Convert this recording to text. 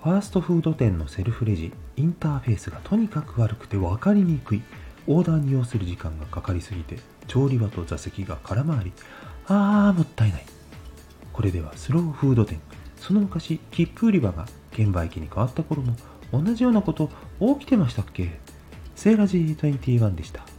ファーストフード店のセルフレジ、インターフェースがとにかく悪くて分かりにくい。オーダーに要する時間がかかりすぎて、調理場と座席が空回り。もったいない。これではスローフード店、その昔、切符売り場が券売機に変わった頃も同じようなこと起きてましたっけ？セーラジー21でした。